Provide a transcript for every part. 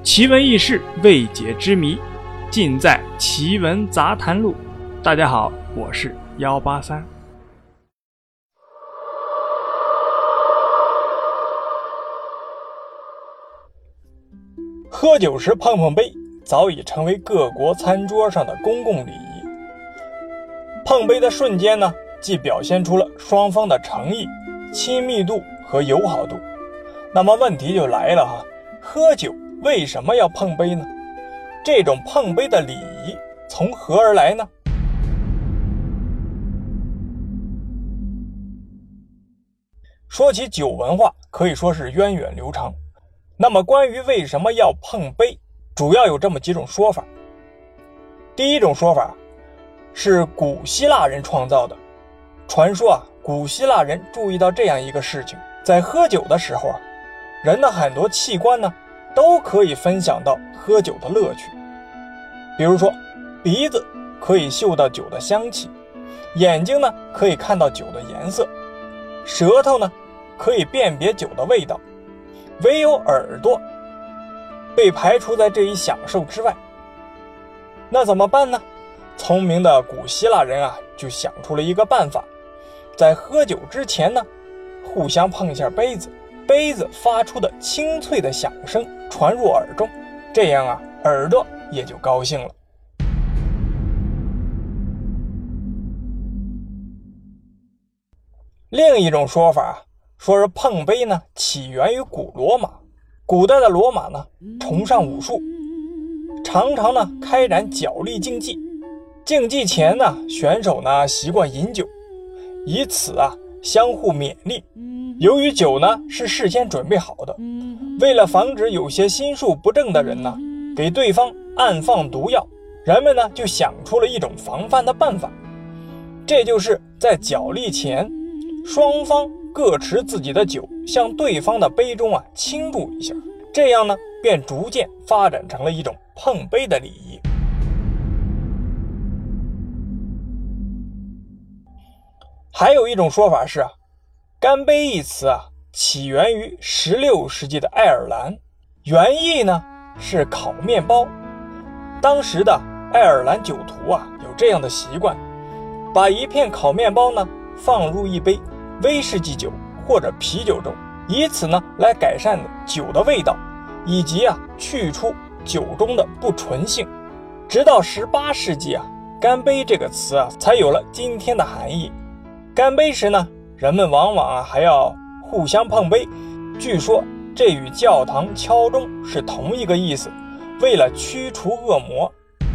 奇闻异事、未解之谜，尽在奇闻杂谈录。大家好，我是183。 喝酒时碰碰杯早已成为各国餐桌上的公共礼仪。碰杯的瞬间呢，既表现出了双方的诚意、亲密度和友好度。那么问题就来了哈，喝酒为什么要碰杯呢？这种碰杯的礼仪从何而来呢？说起酒文化，可以说是源远流长。那么关于为什么要碰杯，主要有这么几种说法。第一种说法是古希腊人创造的。传说古希腊人注意到这样一个事情，在喝酒的时候人的很多器官呢都可以分享到喝酒的乐趣。比如说鼻子可以嗅到酒的香气，眼睛呢可以看到酒的颜色，舌头呢可以辨别酒的味道，唯有耳朵被排除在这一享受之外。那怎么办呢？聪明的古希腊人就想出了一个办法，在喝酒之前呢互相碰一下杯子，杯子发出的清脆的响声传入耳中，这样耳朵也就高兴了。另一种说法说是碰杯呢起源于古罗马。古代的罗马呢崇尚武术，常常呢开展角力竞技。竞技前呢选手呢习惯饮酒，以此相互勉励。由于酒呢是事先准备好的，为了防止有些心术不正的人呢给对方暗放毒药，人们呢就想出了一种防范的办法，这就是在角力前双方各持自己的酒向对方的杯中倾注一下，这样呢便逐渐发展成了一种碰杯的礼仪。还有一种说法是干杯一词起源于16世纪的爱尔兰，原意呢是烤面包。当时的爱尔兰酒徒有这样的习惯，把一片烤面包呢放入一杯威士忌酒或者啤酒中，以此呢来改善酒的味道，以及去除酒中的不纯性。直到18世纪干杯这个词才有了今天的含义。干杯时呢，人们往往还要互相碰杯，据说这与教堂敲钟是同一个意思，为了驱除恶魔。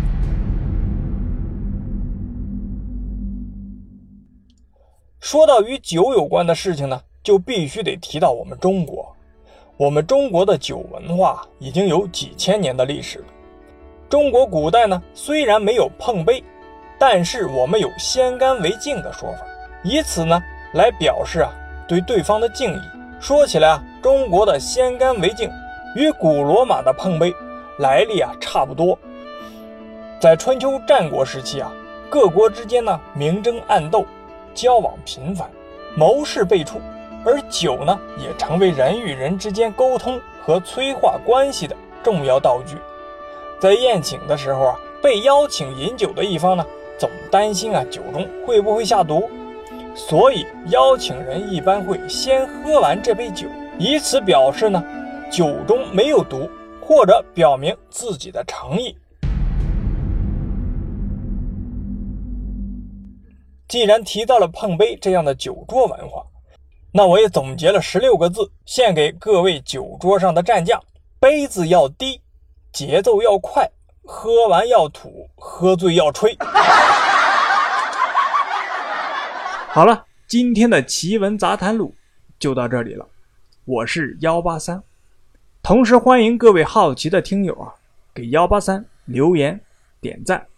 说到与酒有关的事情呢，就必须得提到我们中国。我们中国的酒文化已经有几千年的历史了。中国古代呢，虽然没有碰杯，但是我们有先干为敬的说法，以此呢来表示对对方的敬意。说起来中国的先干为敬与古罗马的碰杯来历差不多。在春秋战国时期各国之间呢明争暗斗，交往频繁，谋士辈出，而酒呢也成为人与人之间沟通和催化关系的重要道具。在宴请的时候被邀请饮酒的一方呢总担心酒中会不会下毒，所以邀请人一般会先喝完这杯酒，以此表示呢酒中没有毒，或者表明自己的诚意。既然提到了碰杯这样的酒桌文化，那我也总结了16个字，献给各位酒桌上的战将：杯子要低，节奏要快，喝完要吐，喝醉要吹。 好了，今天的奇闻杂谈录就到这里了，我是183。同时欢迎各位好奇的听友给183留言点赞。